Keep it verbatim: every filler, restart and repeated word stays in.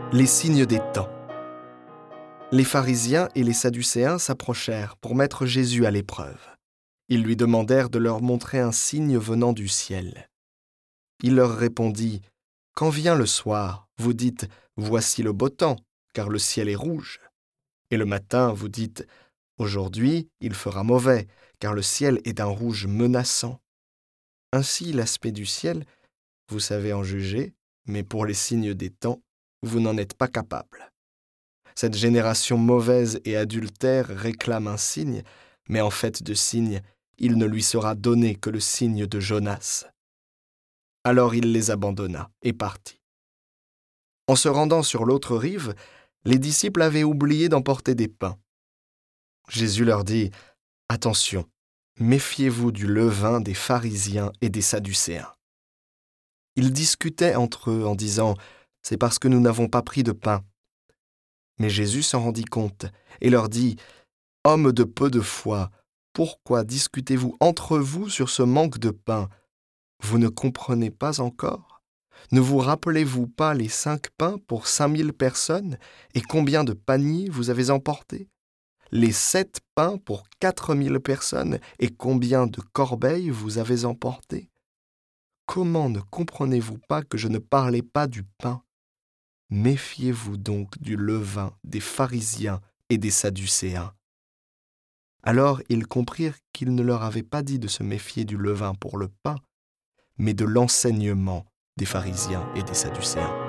Les signes des temps. Les pharisiens et les sadducéens s'approchèrent pour mettre Jésus à l'épreuve. Ils lui demandèrent de leur montrer un signe venant du ciel. Il leur répondit : « Quand vient le soir, vous dites : Voici le beau temps, car le ciel est rouge. Et le matin, vous dites : Aujourd'hui, il fera mauvais, car le ciel est d'un rouge menaçant. Ainsi, l'aspect du ciel, vous savez en juger, mais pour les signes des temps, vous n'en êtes pas capable. Cette génération mauvaise et adultère réclame un signe, mais en fait de signe, il ne lui sera donné que le signe de Jonas. » Alors il les abandonna et partit. En se rendant sur l'autre rive, les disciples avaient oublié d'emporter des pains. Jésus leur dit : « Attention, méfiez-vous du levain des pharisiens et des sadducéens. » Ils discutaient entre eux en disant : « C'est parce que nous n'avons pas pris de pain. » Mais Jésus s'en rendit compte et leur dit : « Hommes de peu de foi, pourquoi discutez-vous entre vous sur ce manque de pain ? Vous ne comprenez pas encore ? Ne vous rappelez-vous pas les cinq pains pour cinq mille personnes et combien de paniers vous avez emportés ? Les sept pains pour quatre mille personnes et combien de corbeilles vous avez emportés ? Comment ne comprenez-vous pas que je ne parlais pas du pain ? Méfiez-vous donc du levain des pharisiens et des sadducéens. » Alors ils comprirent qu'il ne leur avait pas dit de se méfier du levain pour le pain, mais de l'enseignement des pharisiens et des sadducéens.